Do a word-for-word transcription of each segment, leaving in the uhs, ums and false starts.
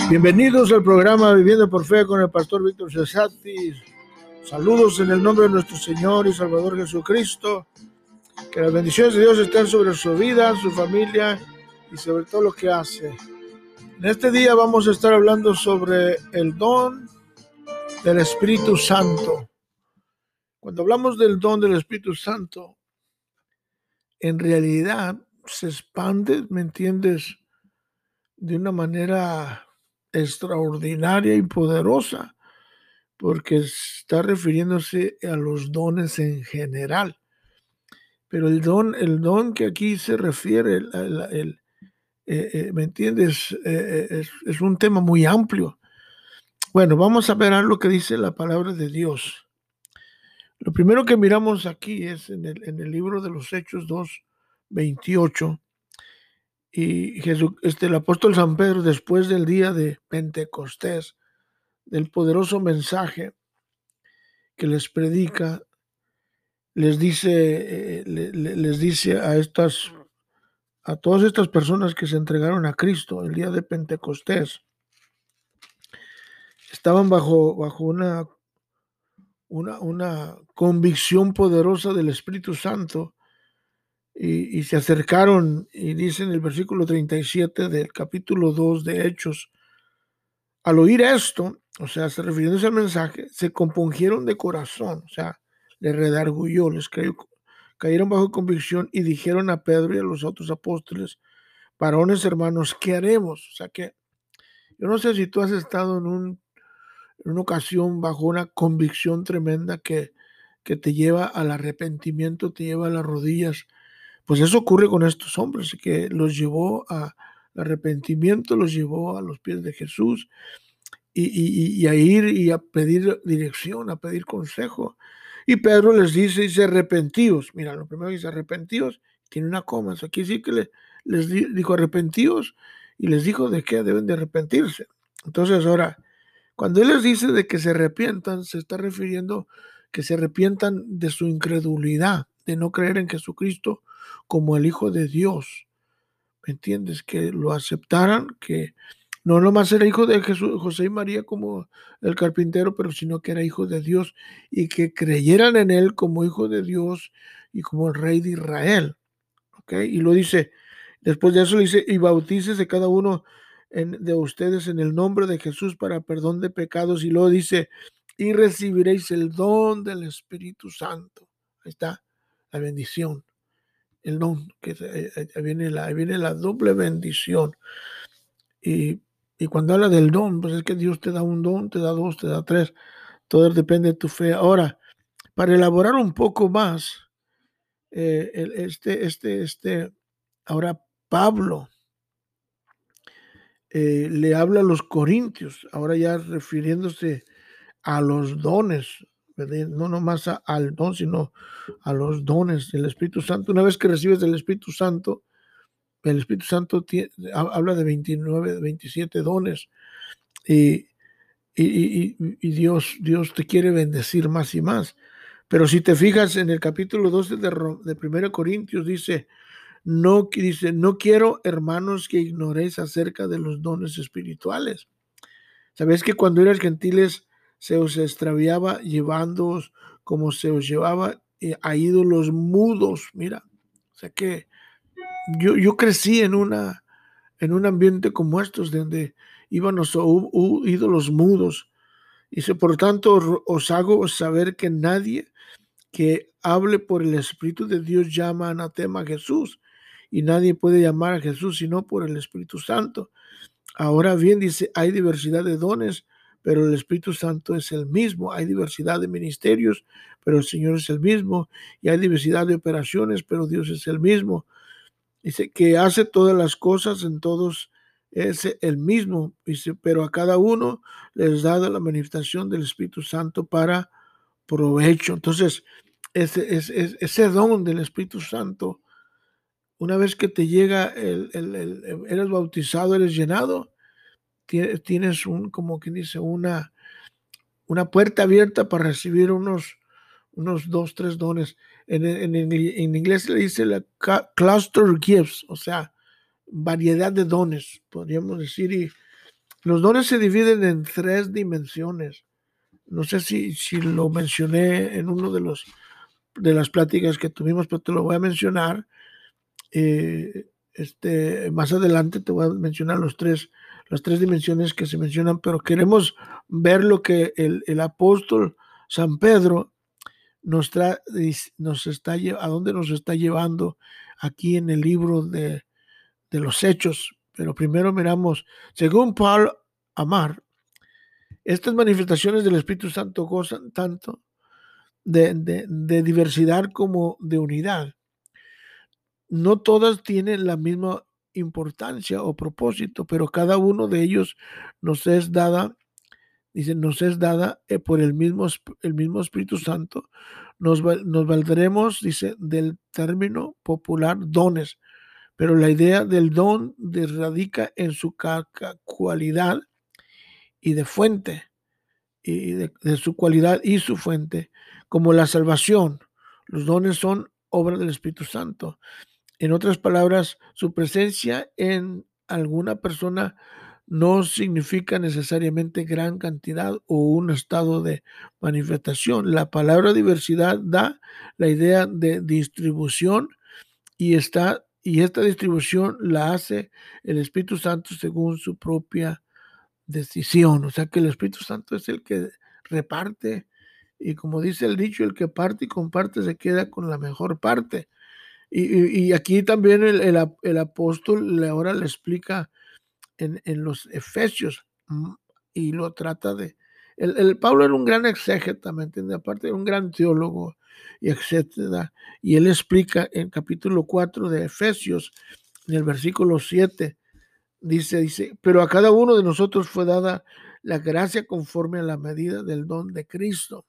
Bienvenidos al programa Viviendo por Fe con el pastor Víctor Cesati. Saludos en el nombre de nuestro Señor y Salvador Jesucristo. Que las bendiciones de Dios estén sobre su vida, su familia y sobre todo lo que hace. En este día vamos a estar hablando sobre el don del Espíritu Santo. Cuando hablamos del don del Espíritu Santo, en realidad se expande, ¿me entiendes?, de una manera extraordinaria y poderosa, porque está refiriéndose a los dones en general. Pero el don, el don que aquí se refiere, el, el, el, eh, eh, ¿me entiendes?, eh, es, es un tema muy amplio. Bueno, vamos a ver lo que dice la palabra de Dios. Lo primero que miramos aquí es en el, en el libro de los Hechos dos, veintiocho. Y Jesús, este, el apóstol San Pedro, después del día de Pentecostés, del poderoso mensaje que les predica, les dice, eh, le, le, les dice a estas, a todas estas personas que se entregaron a Cristo el día de Pentecostés, estaban bajo, bajo una, una, una convicción poderosa del Espíritu Santo y, y se acercaron, y dice en el versículo treinta y siete del capítulo dos de Hechos, al oír esto, o sea, se refiriéndose al mensaje, se compungieron de corazón, o sea, les redarguyó, les cayó, cayeron bajo convicción y dijeron a Pedro y a los otros apóstoles, varones hermanos, ¿qué haremos? O sea que yo no sé si tú has estado en, un, en una ocasión bajo una convicción tremenda que, que te lleva al arrepentimiento, te lleva a las rodillas. Pues eso ocurre con estos hombres, que los llevó al arrepentimiento, los llevó a los pies de Jesús. Y, y, y a ir y a pedir dirección, a pedir consejo. Y Pedro les dice, dice, arrepentíos. Mira, lo primero dice, arrepentíos, tiene una coma. Aquí sí que le, les dijo arrepentíos y les dijo de qué deben de arrepentirse. Entonces ahora, cuando él les dice de que se arrepientan, se está refiriendo que se arrepientan de su incredulidad, de no creer en Jesucristo como el Hijo de Dios. ¿Me entiendes? Que lo aceptaran, que no nomás era hijo de Jesús, José y María como el carpintero, pero sino que era hijo de Dios y que creyeran en él como hijo de Dios y como el rey de Israel. ¿Ok? Y lo dice, después de eso le dice, y bautícese cada uno en, de ustedes en el nombre de Jesús para perdón de pecados. Y luego dice, y recibiréis el don del Espíritu Santo. Ahí está la bendición. El don, que ahí viene la, ahí viene la doble bendición. Y, y cuando habla del don, pues es que Dios te da un don, te da dos, te da tres. Todo depende de tu fe. Ahora, para elaborar un poco más, eh, el, este, este, este, ahora Pablo eh, le habla a los corintios, ahora ya refiriéndose a los dones, ¿verdad? No nomás a, al don, sino a los dones del Espíritu Santo. Una vez que recibes el Espíritu Santo, el Espíritu Santo tiene, habla de veintinueve, veintisiete dones y, y, y, y Dios, Dios te quiere bendecir más y más. Pero si te fijas en el capítulo doce de, de primero Corintios, dice no, dice, no quiero, hermanos, que ignoréis acerca de los dones espirituales. ¿Sabéis que cuando eras gentiles se os extraviaba llevándoos como se os llevaba a ídolos mudos? Mira, o sea que yo, yo crecí en una en un ambiente como estos, donde íbamos a ídolos mudos. Dice, por tanto, os hago saber que nadie que hable por el Espíritu de Dios llama anatema a Jesús, y nadie puede llamar a Jesús sino por el Espíritu Santo. Ahora bien, dice, hay diversidad de dones, pero el Espíritu Santo es el mismo. Hay diversidad de ministerios, pero el Señor es el mismo. Y hay diversidad de operaciones, pero Dios es el mismo. Dice que hace todas las cosas en todos es el mismo, dice, pero a cada uno les da la manifestación del Espíritu Santo para provecho. Entonces, ese, ese, ese don del Espíritu Santo, una vez que te llega, el, el, el, eres bautizado, eres llenado, tienes un, como quien dice, una, una puerta abierta para recibir unos, unos dos, tres dones. En, en, en inglés le dice la cluster gifts, o sea, variedad de dones, podríamos decir, y, Los dones se dividen en tres dimensiones. No sé si, si lo mencioné en uno de los de las pláticas que tuvimos, pero te lo voy a mencionar. Eh, este, más adelante te voy a mencionar los tres, las tres dimensiones que se mencionan, pero queremos ver lo que el, el apóstol San Pedro nos, trae, nos está, a dónde nos está llevando aquí en el libro de, de los Hechos. Pero primero miramos, según Paul Amar, estas manifestaciones del Espíritu Santo gozan tanto de, de, de diversidad como de unidad. No todas tienen la misma importancia o propósito, pero cada uno de ellos nos es dada, dice, nos es dada eh, por el mismo, el mismo Espíritu Santo. Nos, nos valdremos, dice, del término popular dones, pero la idea del don radica en su cualidad y de fuente, y de, de su cualidad y su fuente, como la salvación. Los dones son obra del Espíritu Santo. En otras palabras, su presencia en alguna persona no significa necesariamente gran cantidad o un estado de manifestación. La palabra diversidad da la idea de distribución y, está, y esta distribución la hace el Espíritu Santo según su propia decisión. O sea que el Espíritu Santo es el que reparte, y como dice el dicho, el que parte y comparte se queda con la mejor parte. Y, y, y aquí también el, el, el apóstol ahora le explica en, en los Efesios y lo trata de... El, el Pablo era un gran exégeta, ¿me entiendes? Aparte era un gran teólogo y etcétera. Y él explica en capítulo cuatro de Efesios, en el versículo siete, dice, dice, pero a cada uno de nosotros fue dada la gracia conforme a la medida del don de Cristo.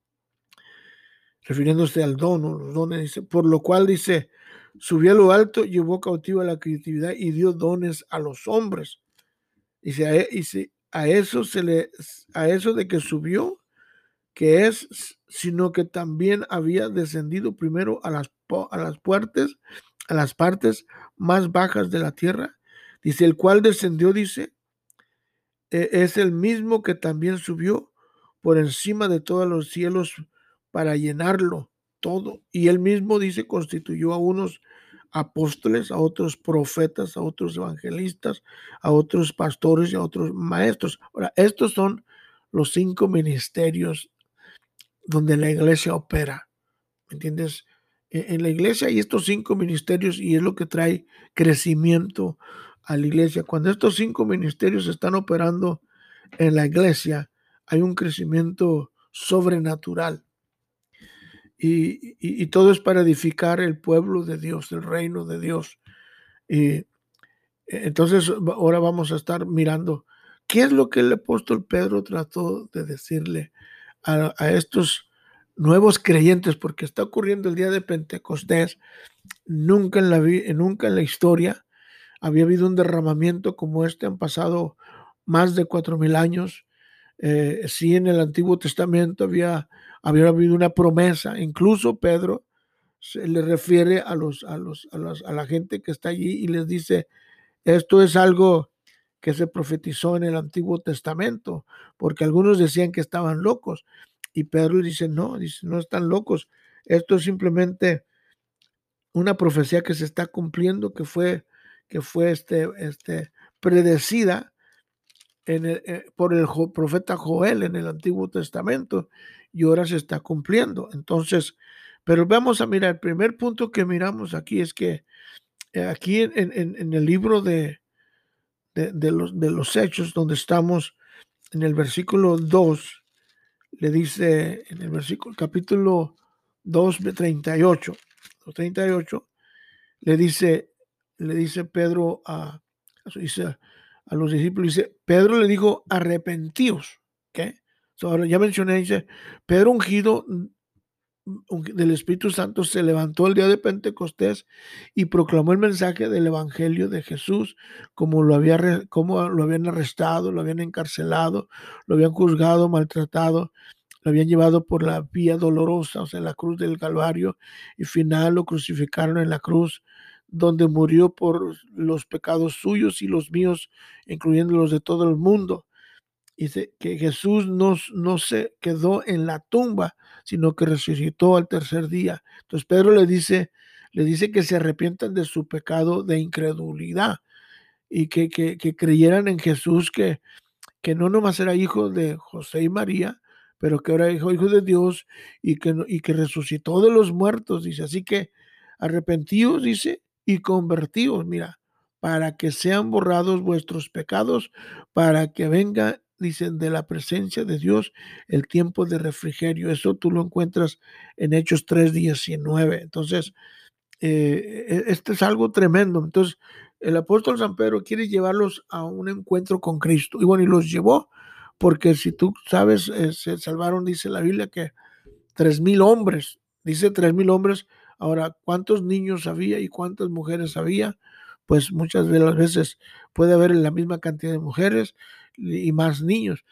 Refiriéndose al don, ¿no? Los dones, dice, por lo cual dice, subió a lo alto, llevó cautiva la creatividad y dio dones a los hombres. Dice, a, dice, a eso se le, a eso de que subió, que es, sino que también había descendido primero a las, a las puertas, a las partes más bajas de la tierra. Dice, el cual descendió, dice, es el mismo que también subió por encima de todos los cielos para llenarlo todo. Y él mismo, dice, constituyó a unos apóstoles, a otros profetas, a otros evangelistas, a otros pastores y a otros maestros. Ahora, estos son los cinco ministerios donde la iglesia opera. ¿Me entiendes? En la iglesia hay estos cinco ministerios y es lo que trae crecimiento a la iglesia. Cuando estos cinco ministerios están operando en la iglesia, hay un crecimiento sobrenatural. Y, y, y todo es para edificar el pueblo de Dios, el reino de Dios. Y entonces ahora vamos a estar mirando qué es lo que el apóstol Pedro trató de decirle a, a estos nuevos creyentes, porque está ocurriendo el día de Pentecostés. Nunca en la, nunca en la historia había habido un derramamiento como este. Han pasado más de cuatro mil años. Eh, sí, en el Antiguo Testamento había, había habido una promesa. Incluso Pedro se le refiere a, los, a, los, a, los, a la gente que está allí y les dice, esto es algo que se profetizó en el Antiguo Testamento, porque algunos decían que estaban locos. Y Pedro dice, no, dice, no están locos. Esto es simplemente una profecía que se está cumpliendo, que fue, que fue este, este, predecida en el, eh, por el jo, profeta Joel en el Antiguo Testamento, y ahora se está cumpliendo. Entonces, pero vamos a mirar, el primer punto que miramos aquí es que eh, aquí en, en, en el libro de, de, de, los, de los Hechos, donde estamos en el versículo dos, le dice en el versículo, capítulo dos, treinta y ocho, treinta y ocho, le dice, le dice Pedro a, dice, a los discípulos, dice, Pedro le dijo, arrepentíos. ¿Qué? So, ahora ya mencioné, dice, Pedro ungido del Espíritu Santo se levantó el día de Pentecostés y proclamó el mensaje del Evangelio de Jesús, como lo, había, como lo habían arrestado, lo habían encarcelado, lo habían juzgado, maltratado, lo habían llevado por la vía dolorosa, o sea, la cruz del Calvario, y final lo crucificaron en la cruz donde murió por los pecados suyos y los míos, incluyendo los de todo el mundo. Dice que Jesús no, no se quedó en la tumba, sino que resucitó al tercer día. Entonces Pedro le dice, le dice que se arrepientan de su pecado de incredulidad y que, que, que creyeran en Jesús, que, que no nomás era hijo de José y María, pero que era hijo, hijo de Dios y que, y que resucitó de los muertos, dice. Así que arrepentidos, dice, y convertidos, mira, para que sean borrados vuestros pecados, para que venga, dicen, de la presencia de Dios el tiempo de refrigerio. Eso tú lo encuentras en Hechos tres diecinueve. Entonces, eh, este es algo tremendo. Entonces, el apóstol San Pedro quiere llevarlos a un encuentro con Cristo. Y bueno, y los llevó, porque si tú sabes, eh, se salvaron, dice la Biblia, que tres mil hombres, dice tres mil hombres. Ahora, ¿cuántos niños había y cuántas mujeres había? Pues muchas de las veces puede haber la misma cantidad de mujeres y más niños.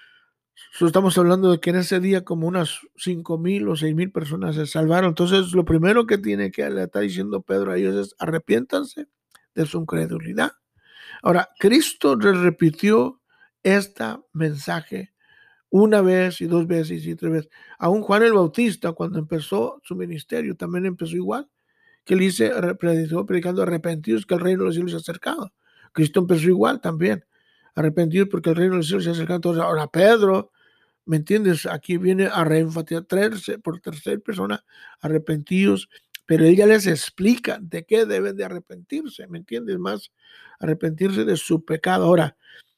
So, estamos hablando de que en ese día como unas cinco mil o seis mil personas se salvaron. Entonces, lo primero que tiene que le está diciendo Pedro a ellos es arrepiéntanse de su incredulidad. Ahora, Cristo le repitió este mensaje una vez y dos veces y tres veces. Aún Juan el Bautista, cuando empezó su ministerio, también empezó igual, que le dice, predicó, predicando arrepentidos, que el reino de los cielos se ha acercado. Cristo empezó igual también, arrepentidos porque el reino de los cielos se ha acercado. Entonces, ahora Pedro, ¿me entiendes? Aquí viene a reenfatizar por tercera persona, arrepentidos, pero él ya les explica de qué deben de arrepentirse, ¿me entiendes? Más arrepentirse de su pecado. Ahora,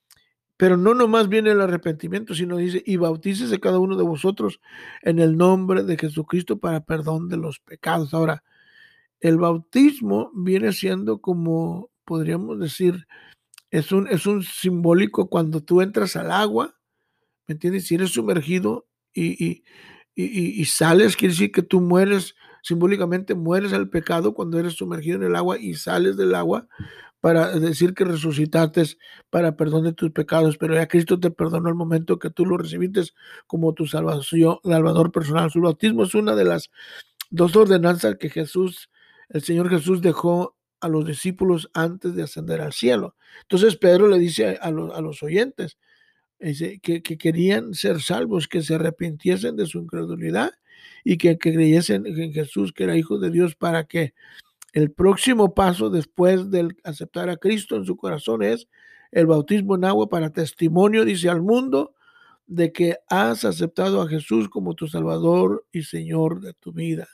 pero no nomás viene el arrepentimiento, sino dice, y bautícese cada uno de vosotros en el nombre de Jesucristo para perdón de los pecados. Ahora, el bautismo viene siendo como, podríamos decir, es un, es un simbólico cuando tú entras al agua, ¿me entiendes? Si eres sumergido y, y, y, y sales, quiere decir que tú mueres, simbólicamente mueres al pecado cuando eres sumergido en el agua y sales del agua, para decir que resucitaste para perdón de tus pecados, pero ya Cristo te perdonó al momento que tú lo recibiste como tu salvación, salvador personal. Su bautismo es una de las dos ordenanzas que Jesús, el Señor Jesús dejó a los discípulos antes de ascender al cielo. Entonces Pedro le dice a, los, a los oyentes dice, que, que querían ser salvos, que se arrepintiesen de su incredulidad y que, que creyesen en Jesús, que era Hijo de Dios, para que el próximo paso después de aceptar a Cristo en su corazón es el bautismo en agua para testimonio, dice, al mundo de que has aceptado a Jesús como tu Salvador y Señor de tu vida.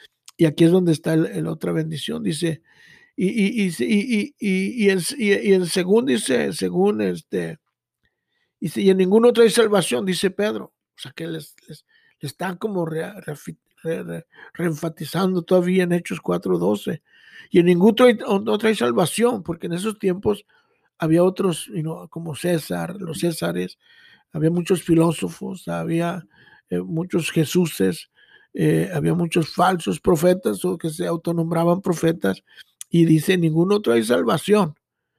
Y aquí es donde está el, el otra bendición, dice, y, y, y, y, y, y, el, y, y el segundo dice, según este, dice, y en ningún otro hay salvación, dice Pedro. O sea que les, les, les están como re, re, re, re, reenfatizando todavía en Hechos cuatro doce. Y en ningún otro hay, otro hay salvación, porque en esos tiempos había otros, you know, como César, los Césares, había muchos filósofos, había eh, muchos Jesuses, eh, había muchos falsos profetas o que se autonombraban profetas, y dice, ningún otro hay salvación,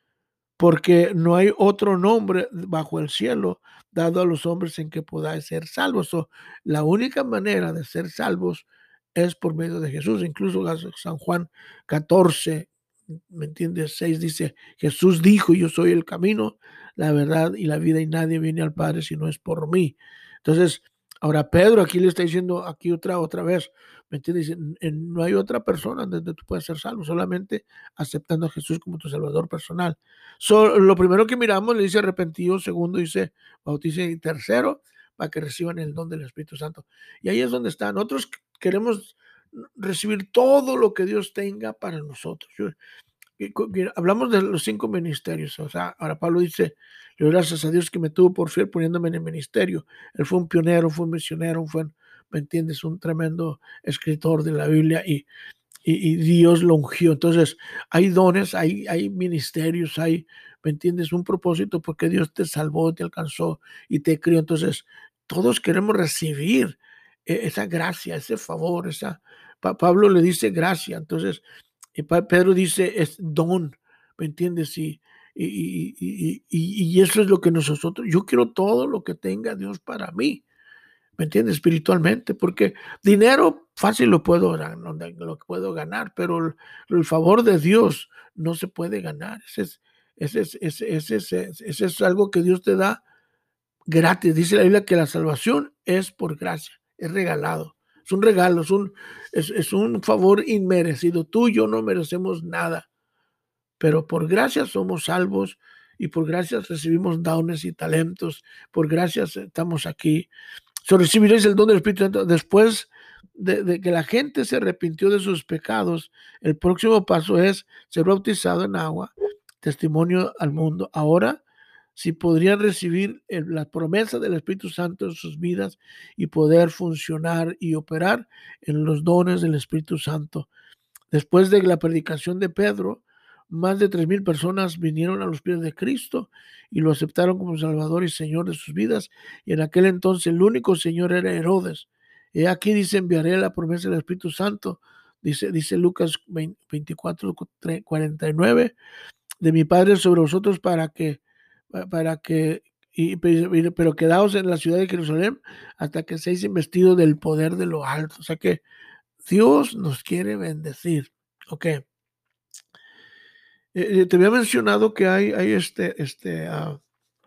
porque no hay otro nombre bajo el cielo dado a los hombres en que podáis ser salvos. So, la única manera de ser salvos es por medio de Jesús. Incluso San Juan catorce, ¿me entiendes? seis dice, Jesús dijo, yo soy el camino, la verdad y la vida, y nadie viene al Padre si no es por mí. Entonces, ahora Pedro aquí le está diciendo aquí otra, otra vez, ¿me entiendes? No hay otra persona donde tú puedas ser salvo, solamente aceptando a Jesús como tu Salvador personal. So, lo primero que miramos le dice arrepentido, segundo dice bautizo y tercero para que reciban el don del Espíritu Santo. Y ahí es donde está. Nosotros queremos recibir todo lo que Dios tenga para nosotros. Yo, hablamos de los cinco ministerios. O sea, ahora Pablo dice, le doy gracias a Dios que me tuvo por fiel poniéndome en el ministerio. Él fue un pionero, fue un misionero, fue, ¿me entiendes? Un tremendo escritor de la Biblia y, y, y Dios lo ungió. Entonces, hay dones, hay, hay ministerios, hay, ¿me entiendes? Un propósito porque Dios te salvó, te alcanzó y te crió. Entonces, todos queremos recibir esa gracia, ese favor, esa... Pablo le dice gracia. Entonces, y Pedro dice es don, ¿me entiendes? Y, y, y, y, y, y eso es lo que nosotros, yo quiero todo lo que tenga Dios para mí. ¿me entiendes? Espiritualmente, porque dinero fácil lo puedo, lo puedo ganar, pero el, el favor de Dios no se puede ganar. Ese es, ese, es, ese, ese, es, ese es algo que Dios te da gratis. Dice la Biblia que la salvación es por gracia, es regalado. Es un regalo, es un, es, es un favor inmerecido. Tú y yo no merecemos nada, pero por gracia somos salvos y por gracia recibimos dones y talentos. Por gracia estamos aquí. So, recibiréis el don del Espíritu Santo. Después de, de que la gente se arrepintió de sus pecados, el próximo paso es ser bautizado en agua, testimonio al mundo. Ahora, si podrían recibir el, la promesa del Espíritu Santo en sus vidas y poder funcionar y operar en los dones del Espíritu Santo. Después de la predicación de Pedro, más de tres mil personas vinieron a los pies de Cristo y lo aceptaron como Salvador y Señor de sus vidas. Y en aquel entonces el único Señor era Herodes. Y aquí dice, enviaré la promesa del Espíritu Santo. Dice, dice Lucas veinticuatro, cuarenta y nueve, de mi Padre sobre vosotros para que, para que, y, pero quedaos en la ciudad de Jerusalén hasta que seáis investidos del poder de lo alto. O sea que Dios nos quiere bendecir. Ok. Eh, te había mencionado que hay, hay este, este, uh,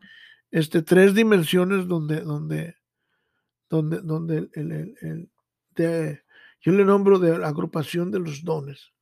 este, tres dimensiones donde, donde, donde, donde el, el, el, el de, yo le nombro de la agrupación de los dones.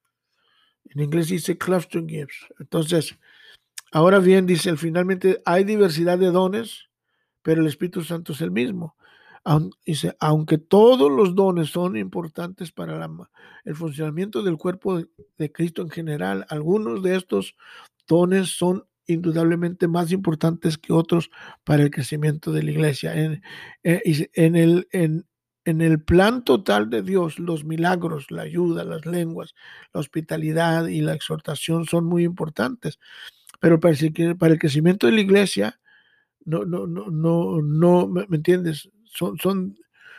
En inglés dice cluster gifts. Entonces, ahora bien, dice, finalmente hay diversidad de dones, pero el Espíritu Santo es el mismo. Dice, aunque todos los dones son importantes para la, el funcionamiento del cuerpo de, de Cristo en general, algunos de estos dones son indudablemente más importantes que otros para el crecimiento de la iglesia. En, en, en, el, en, en el plan total de Dios, los milagros, la ayuda, las lenguas, la hospitalidad y la exhortación son muy importantes, pero para el, para el crecimiento de la iglesia, no, no, no, no, no, ¿me entiendes? Son, son,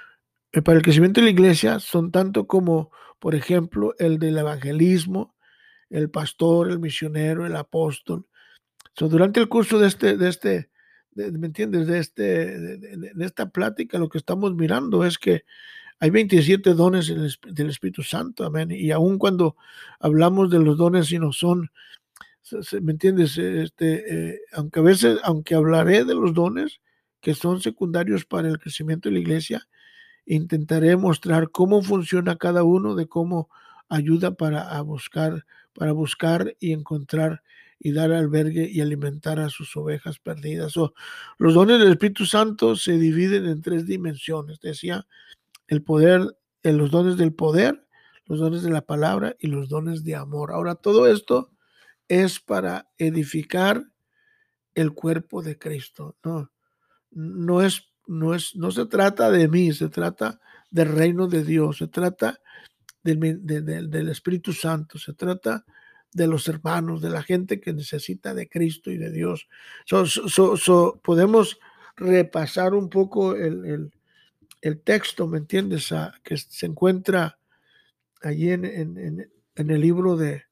eh, para el crecimiento de la iglesia son tanto como, por ejemplo, el del evangelismo, el pastor, el misionero, el apóstol. So, durante el curso de este, de este, de, ¿me entiendes? De este, de, de, de, esta plática, lo que estamos mirando es que hay veintisiete dones del, del Espíritu Santo, amén. Y aun cuando hablamos de los dones y no son, ¿me entiendes? Este, eh, aunque a veces, aunque hablaré de los dones que son secundarios para el crecimiento de la iglesia, intentaré mostrar cómo funciona cada uno, de cómo ayuda para a buscar, para buscar y encontrar y dar albergue y alimentar a sus ovejas perdidas. O, los dones del Espíritu Santo se dividen en tres dimensiones. Decía, el poder, en los dones del poder, los dones de la palabra y los dones de amor. Ahora, todo esto es para edificar el cuerpo de Cristo. No, no es, no es, no se trata de mí, se trata del reino de Dios, se trata del, de, de, del Espíritu Santo, se trata de los hermanos, de la gente que necesita de Cristo y de Dios. So, so, so, podemos repasar un poco el, el, el texto, ¿me entiendes? A, que se encuentra allí en, en, en, en el libro de,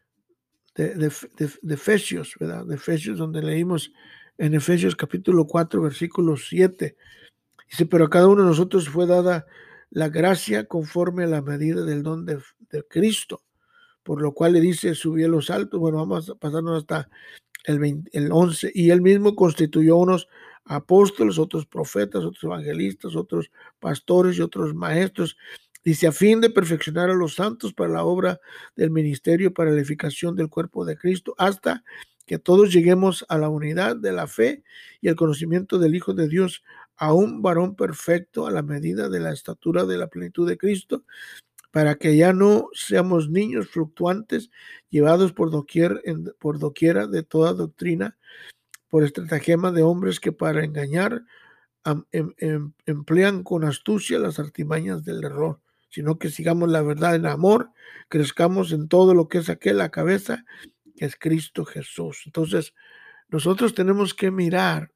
De, de, de, de Efesios, ¿verdad? De Efesios, donde leímos en Efesios capítulo cuatro, versículo siete. Dice, pero a cada uno de nosotros fue dada la gracia conforme a la medida del don de, de Cristo, por lo cual le dice, subí a los altos. Bueno, vamos a pasarnos hasta el, veinte, el once. Y él mismo constituyó unos apóstoles, otros profetas, otros evangelistas, otros pastores y otros maestros. Dice, a fin de perfeccionar a los santos para la obra del ministerio, para la edificación del cuerpo de Cristo, hasta que todos lleguemos a la unidad de la fe y el conocimiento del Hijo de Dios, a un varón perfecto a la medida de la estatura de la plenitud de Cristo, para que ya no seamos niños fluctuantes, llevados por doquier, en, por doquiera de toda doctrina, por estratagema de hombres que para engañar am, em, em, emplean con astucia las artimañas del error, sino que sigamos la verdad en amor, crezcamos en todo lo que es aquel la cabeza, que es Cristo Jesús. Entonces, nosotros tenemos que mirar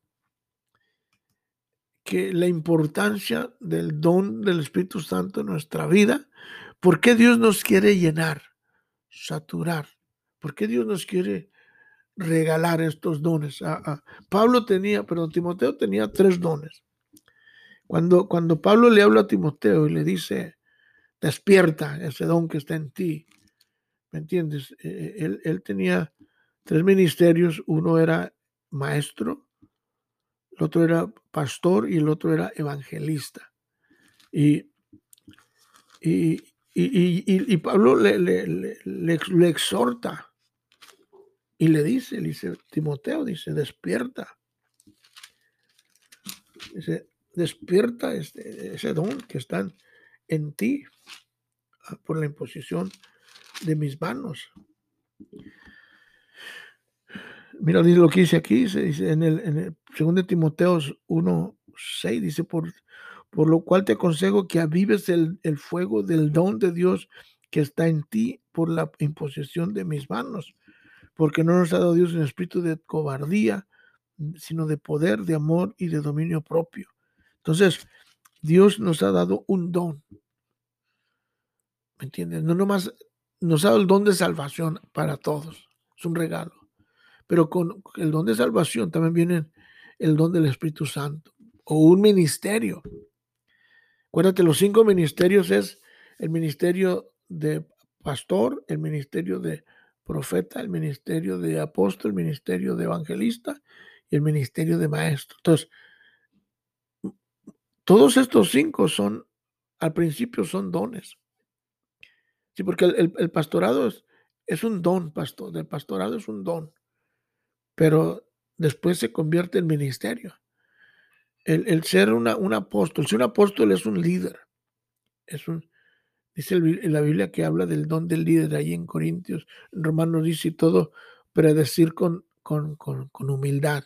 que la importancia del don del Espíritu Santo en nuestra vida, ¿por qué Dios nos quiere llenar, saturar? ¿Por qué Dios nos quiere regalar estos dones? Ah, ah. Pablo tenía, perdón, Timoteo tenía tres dones. Cuando, cuando Pablo le habla a Timoteo y le dice, despierta ese don que está en ti, ¿me entiendes? Eh, él, él tenía tres ministerios, uno era maestro, el otro era pastor y el otro era evangelista. Y, y, y, y, y Pablo le, le, le, le, le exhorta y le dice, le dice, Timoteo, dice, despierta. Dice, despierta este, ese don que está en ti por la imposición de mis manos. Mira lo que dice aquí, dice, dice en el, en el segundo de Timoteo uno seis, dice, por, por lo cual te aconsejo que avives el, el fuego del don de Dios que está en ti por la imposición de mis manos, porque no nos ha dado Dios un espíritu de cobardía, sino de poder, de amor y de dominio propio. Entonces, Dios nos ha dado un don, ¿me entiendes? No nomás nos ha dado el don de salvación para todos, es un regalo. Pero con el don de salvación también viene el don del Espíritu Santo o un ministerio. Acuérdate, los cinco ministerios es el ministerio de pastor, el ministerio de profeta, el ministerio de apóstol, el ministerio de evangelista y el ministerio de maestro. Entonces, todos estos cinco son, al principio son dones. Sí, porque el, el, el pastorado es, es un don, pastor. El pastorado es un don, pero después se convierte en ministerio. El, el ser una, un apóstol, si un apóstol es un líder, es un, dice el, la Biblia que habla del don del líder ahí en Corintios, en Romanos dice todo, predecir con, con, con, con humildad.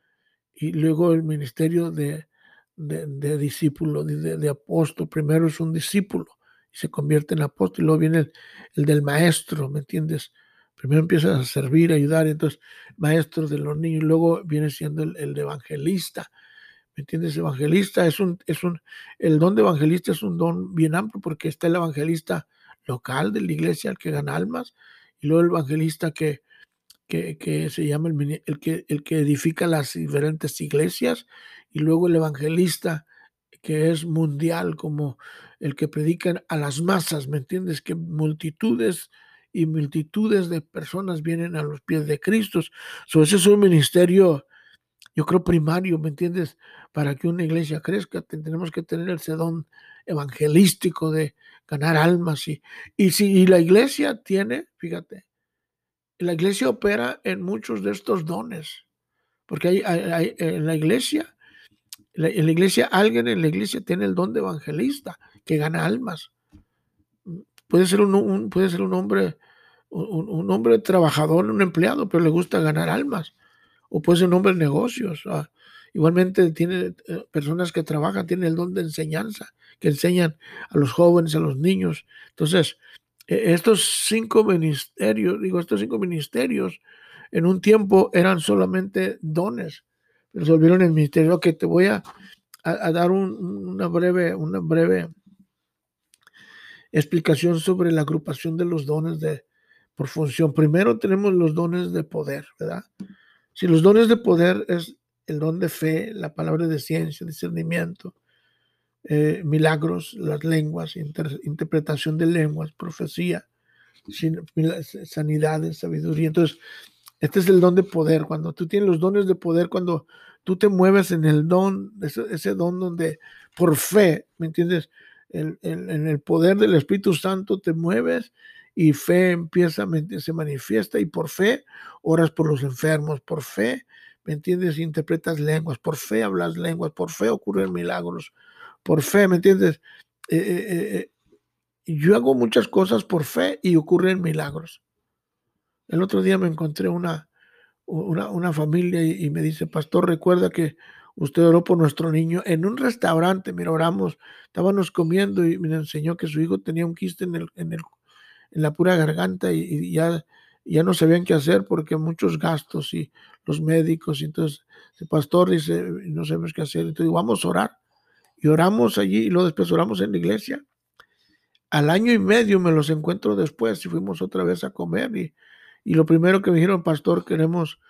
Y luego el ministerio de, de, de discípulo, de, de, apóstol, primero es un discípulo y se convierte en apóstol, y luego viene el, el del maestro, ¿me entiendes? Primero empiezas a servir, a ayudar, entonces maestro de los niños, y luego viene siendo el, el de evangelista. ¿Me entiendes? Evangelista es un, es un, el don de evangelista es un don bien amplio porque está el evangelista local de la iglesia, el que gana almas, y luego el evangelista que, que, que se llama el, el, que, el que edifica las diferentes iglesias, y luego el evangelista que es mundial, como el que predica a las masas, ¿me entiendes? Que multitudes y multitudes de personas vienen a los pies de Cristo. So, ese es un ministerio, yo creo, primario, ¿me entiendes? Para que una iglesia crezca, tenemos que tener el don evangelístico de ganar almas. Y, y si y la iglesia tiene, fíjate, la iglesia opera en muchos de estos dones, porque hay, hay, hay en la iglesia, la, en la iglesia, alguien en la iglesia tiene el don de evangelista, que gana almas. Puede ser un, un puede ser un hombre, un, un hombre trabajador, un empleado, pero le gusta ganar almas. O puede ser un hombre de negocios. ¿Ah? Igualmente tiene eh, personas que trabajan, tienen el don de enseñanza, que enseñan a los jóvenes, a los niños. Entonces, eh, estos cinco ministerios, digo, estos cinco ministerios, en un tiempo eran solamente dones, pero se volvieron el ministerio. Que te voy a, a, a dar un, una breve, una breve explicación sobre la agrupación de los dones de, por función. Primero tenemos los dones de poder, ¿verdad? Si los dones de poder es el don de fe, la palabra de ciencia, discernimiento, eh, milagros, las lenguas, inter, interpretación de lenguas, profecía, sin, sanidades, sabiduría. Entonces, este es el don de poder. Cuando tú tienes los dones de poder, cuando tú te mueves en el don, ese, ese don donde por fe, ¿me entiendes? El, el, en el poder del Espíritu Santo te mueves y fe empieza, se manifiesta, y por fe oras por los enfermos, por fe, ¿me entiendes? Interpretas lenguas, por fe hablas lenguas, por fe ocurren milagros, por fe, ¿me entiendes? Eh, eh, eh, yo hago muchas cosas por fe y ocurren milagros. El otro día me encontré una, una, una familia y, y me dice, pastor, recuerda que usted oró por nuestro niño en un restaurante. Mira, oramos, estábamos comiendo y me enseñó que su hijo tenía un quiste en, el, en, el, en la pura garganta, y, y ya, ya no sabían qué hacer porque muchos gastos y los médicos. Y entonces el pastor dice, no sabemos qué hacer. Entonces vamos a orar. Y oramos allí y luego después oramos en la iglesia. Al año y medio me los encuentro después y fuimos otra vez a comer, y, y lo primero que me dijeron, pastor, queremos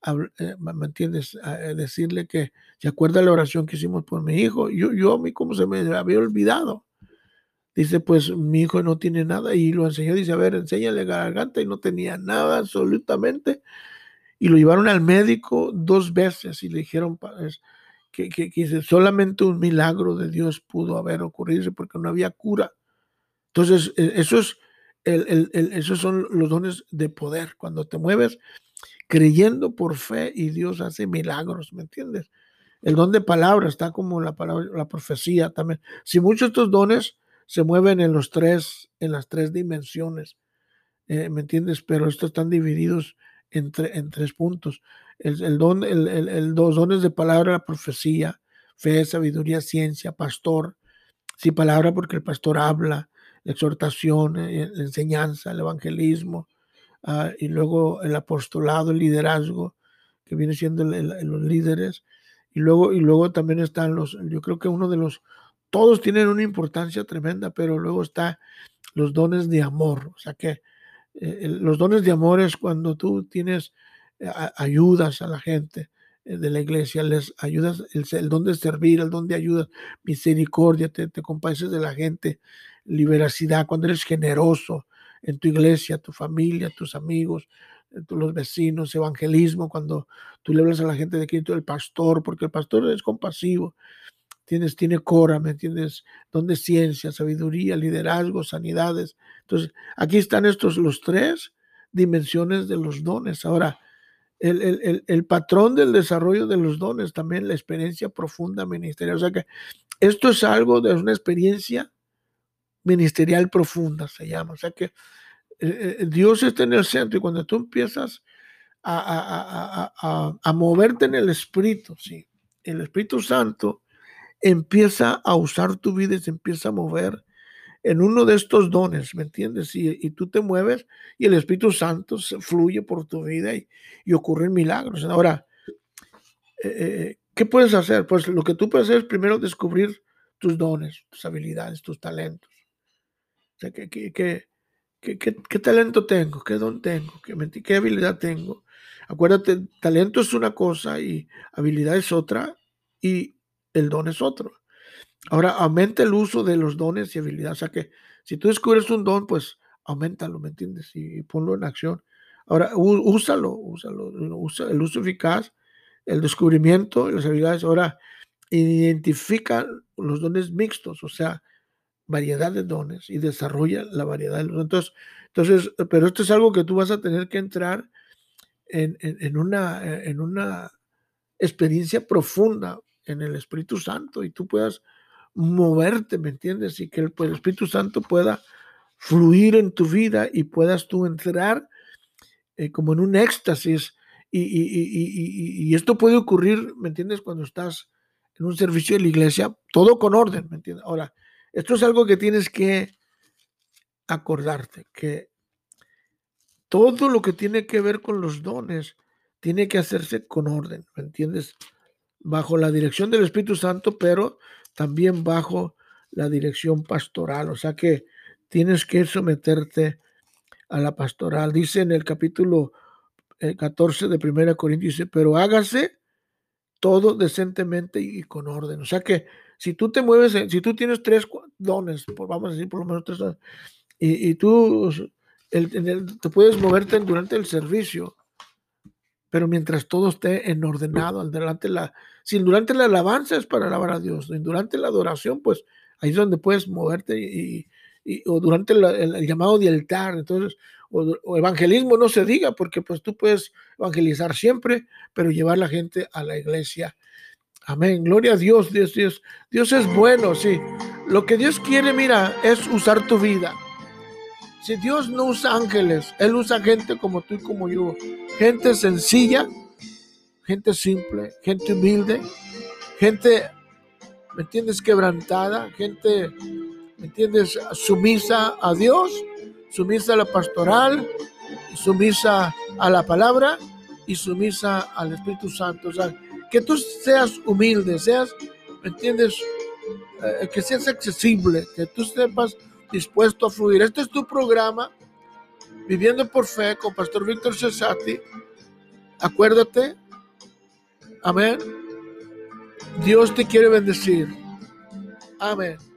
¿me entiendes? A decirle que se acuerda la oración que hicimos por mi hijo. Yo, yo a mí como se me había olvidado. Dice, pues mi hijo no tiene nada y lo enseñó. Dice, a ver, enséñale la garganta y no tenía nada absolutamente. Y lo llevaron al médico dos veces y le dijeron que, que, que solamente un milagro de Dios pudo haber ocurrido porque no había cura. Entonces, eso es, el, el, el, esos son los dones de poder. Cuando te mueves creyendo por fe y Dios hace milagros, ¿me entiendes? El don de palabra está como la palabra, la profecía también. Si muchos de estos dones se mueven en los tres, en las tres dimensiones, eh, ¿me entiendes? Pero estos están divididos en, tre, en tres puntos. El, el don, el, el, el, dos dones de palabra, la profecía, fe, sabiduría, ciencia, pastor. Sí, palabra porque el pastor habla, la exhortación, eh, la enseñanza, el evangelismo, uh, y luego el apostolado, el liderazgo, que viene siendo el, el, los líderes. Y luego, y luego también están los, yo creo que uno de los, todos tienen una importancia tremenda, pero luego está los dones de amor. O sea que eh, los dones de amor es cuando tú tienes, eh, ayudas a la gente de la iglesia, les ayudas, el, el don de servir, el don de ayuda, misericordia, te, te compadeces de la gente, liberacidad, cuando eres generoso en tu iglesia, tu familia, tus amigos, los vecinos, evangelismo, cuando tú le hablas a la gente de Cristo, el pastor, porque el pastor es compasivo, tienes, tiene cora, ¿me entiendes? Don de ciencia, sabiduría, liderazgo, sanidades. Entonces, aquí están estos, los tres dimensiones de los dones. Ahora, el, el, el patrón del desarrollo de los dones, también la experiencia profunda ministerial. O sea que esto es algo de una experiencia ministerial profunda, se llama. O sea que eh, Dios está en el centro y cuando tú empiezas a, a, a, a, a moverte en el Espíritu, sí, el Espíritu Santo empieza a usar tu vida y se empieza a mover en uno de estos dones, ¿me entiendes? Y, y tú te mueves y el Espíritu Santo se fluye por tu vida y, y ocurren milagros. Ahora, eh, ¿qué puedes hacer? Pues lo que tú puedes hacer es primero descubrir tus dones, tus habilidades, tus talentos. O sea, ¿qué, qué, qué, qué, qué, qué talento tengo? ¿Qué don tengo? ¿Qué, ¿Qué habilidad tengo? Acuérdate, talento es una cosa y habilidad es otra y el don es otro. Ahora, aumenta el uso de los dones y habilidades. O sea que si tú descubres un don, pues aumentalo, ¿me entiendes? Y, y ponlo en acción. Ahora, úsalo, úsalo, usa el uso eficaz, el descubrimiento y las habilidades. Ahora, identifica los dones mixtos, o sea, variedad de dones y desarrolla la variedad de los dones. Entonces, entonces, pero esto es algo que tú vas a tener que entrar en, en, en, una, en una experiencia profunda en el Espíritu Santo y tú puedas moverte, ¿me entiendes? Y que el, pues, el Espíritu Santo pueda fluir en tu vida y puedas tú entrar eh, como en un éxtasis y, y, y, y, y esto puede ocurrir, ¿me entiendes? Cuando estás en un servicio de la iglesia, todo con orden, ¿me entiendes? Ahora, esto es algo que tienes que acordarte, que todo lo que tiene que ver con los dones tiene que hacerse con orden, ¿me entiendes? Bajo la dirección del Espíritu Santo, pero también bajo la dirección pastoral. O sea que tienes que someterte a la pastoral. Dice en el capítulo eh, catorce de primera Corintios, dice, pero hágase todo decentemente y con orden. O sea que si tú te mueves, si tú tienes tres dones, vamos a decir por lo menos tres dones, y, y tú el, el, te puedes moverte durante el servicio, pero mientras todo esté en ordenado, durante la, si durante la alabanza es para alabar a Dios, durante la adoración, pues ahí es donde puedes moverte, y, y, o durante la, el, el llamado de altar, entonces, o, o evangelismo no se diga, porque pues tú puedes evangelizar siempre, pero llevar a la gente a la iglesia. Amén, gloria a Dios, Dios, Dios, Dios es bueno, sí. Lo que Dios quiere, mira, es usar tu vida. Si Dios no usa ángeles, Él usa gente como tú y como yo, gente sencilla, gente simple, gente humilde, gente, ¿me entiendes?, quebrantada, gente, ¿me entiendes?, sumisa a Dios, sumisa a la pastoral, sumisa a la palabra y sumisa al Espíritu Santo. O sea, que tú seas humilde, seas, ¿me entiendes?, eh, que seas accesible, que tú sepas dispuesto a fluir. Este es tu programa, Viviendo por Fe, con Pastor Víctor Cesati. Acuérdate. Amén. Dios te quiere bendecir. Amén.